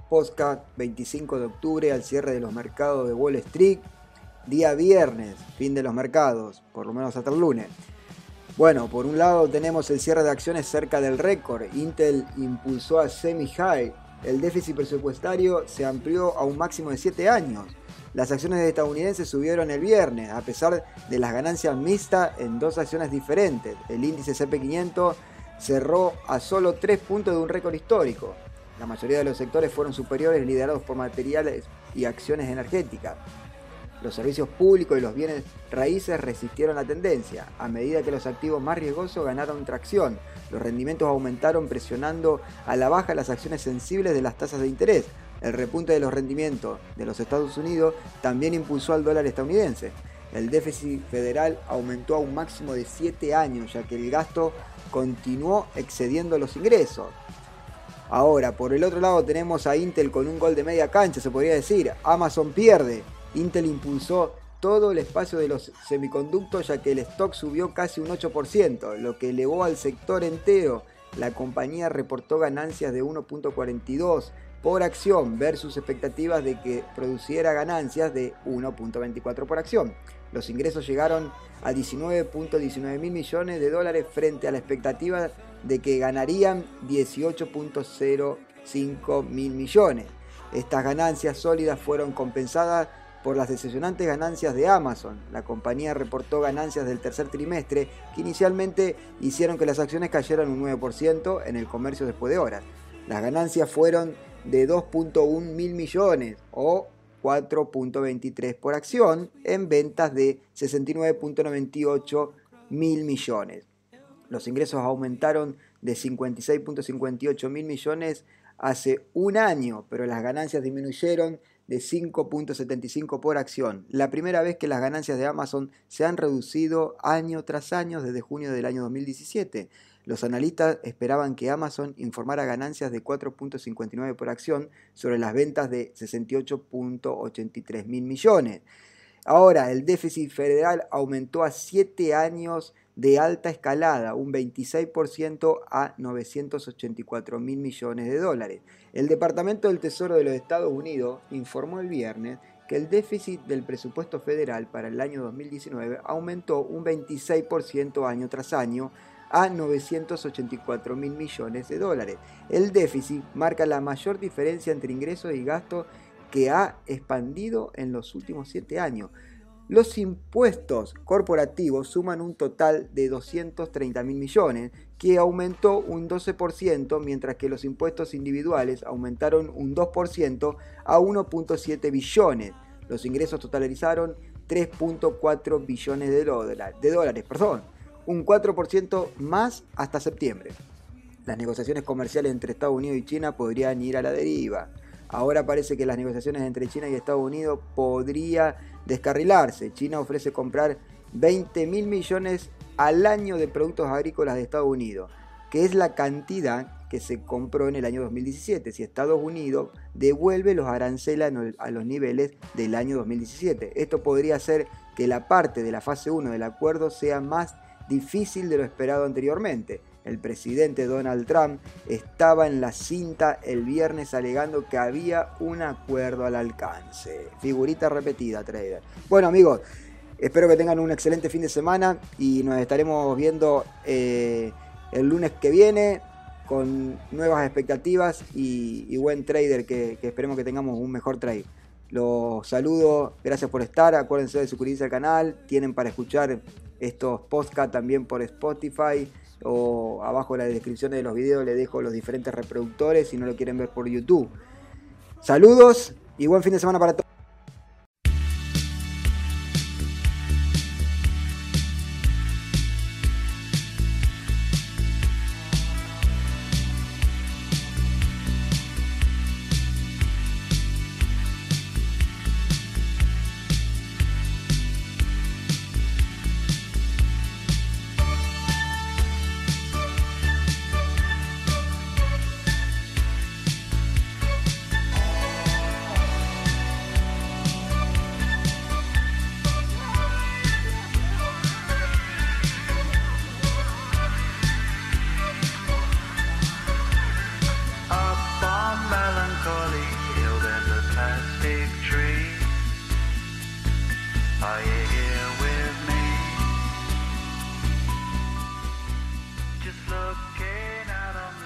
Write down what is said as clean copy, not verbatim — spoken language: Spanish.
podcast 25 de octubre al cierre de los mercados de Wall Street, día viernes, fin de los mercados, por lo menos hasta el lunes. Bueno, por un lado tenemos el cierre de acciones cerca del récord. Intel impulsó a semi-high. El déficit presupuestario se amplió a un máximo de 7 años. Las acciones estadounidenses subieron el viernes, a pesar de las ganancias mixtas en dos acciones diferentes. El índice CP500 cerró a solo 3 puntos de un récord histórico. La mayoría de los sectores fueron superiores, liderados por materiales y acciones energéticas. Los servicios públicos y los bienes raíces resistieron la tendencia. A medida que los activos más riesgosos ganaron tracción, los rendimientos aumentaron presionando a la baja las acciones sensibles de las tasas de interés. El repunte de los rendimientos de los Estados Unidos también impulsó al dólar estadounidense. El déficit federal aumentó a un máximo de 7 años, ya que el gasto continuó excediendo los ingresos. Ahora, por el otro lado tenemos a Intel con un gol de media cancha, se podría decir. Amazon pierde. Intel impulsó todo el espacio de los semiconductos, ya que el stock subió casi un 8%, lo que elevó al sector entero. La compañía reportó ganancias de 1.42 por acción versus expectativas de que produciera ganancias de 1.24 por acción. Los ingresos llegaron a 19.19 mil millones de dólares frente a la expectativa de que ganarían 18.05 mil millones. Estas ganancias sólidas fueron compensadas por las decepcionantes ganancias de Amazon. La compañía reportó ganancias del tercer trimestre que inicialmente hicieron que las acciones cayeran un 9% en el comercio después de horas. Las ganancias fueron de 2.1 mil millones o 4.23 por acción en ventas de 69.98 mil millones. Los ingresos aumentaron de 56.58 mil millones hace un año, pero las ganancias disminuyeron de 5.75 por acción. La primera vez que las ganancias de Amazon se han reducido año tras año desde junio del año 2017. Los analistas esperaban que Amazon informara ganancias de 4.59 por acción sobre las ventas de 68.83 mil millones. Ahora, el déficit federal aumentó a 7 años de alta escalada, un 26% a 984 mil millones de dólares. El Departamento del Tesoro de los Estados Unidos informó el viernes que el déficit del presupuesto federal para el año 2019 aumentó un 26% año tras año a 984 mil millones de dólares. El déficit marca la mayor diferencia entre ingresos y gastos que ha expandido en los últimos 7 años. Los impuestos corporativos suman un total de 230 mil millones, que aumentó un 12%, mientras que los impuestos individuales aumentaron un 2% a 1.7 billones. Los ingresos totalizaron 3.4 billones de dólares, un 4% más hasta septiembre. Las negociaciones comerciales entre Estados Unidos y China podrían ir a la deriva. Ahora parece que las negociaciones entre China y Estados Unidos podría descarrilarse. China ofrece comprar 20 mil millones al año de productos agrícolas de Estados Unidos, que es la cantidad que se compró en el año 2017, si Estados Unidos devuelve los aranceles a los niveles del año 2017. Esto podría hacer que la parte de la fase 1 del acuerdo sea más difícil de lo esperado anteriormente. El presidente Donald Trump estaba en la cinta el viernes alegando que había un acuerdo al alcance. Figurita repetida, trader. Bueno, amigos, espero que tengan un excelente fin de semana y nos estaremos viendo el lunes que viene con nuevas expectativas y buen trader que esperemos que tengamos un mejor trade. Los saludo, gracias por estar, acuérdense de suscribirse al canal, tienen para escuchar estos podcasts también por Spotify, o abajo en la descripción de los videos les dejo los diferentes reproductores si no lo quieren ver por YouTube. Saludos y buen fin de semana para todos. Ahí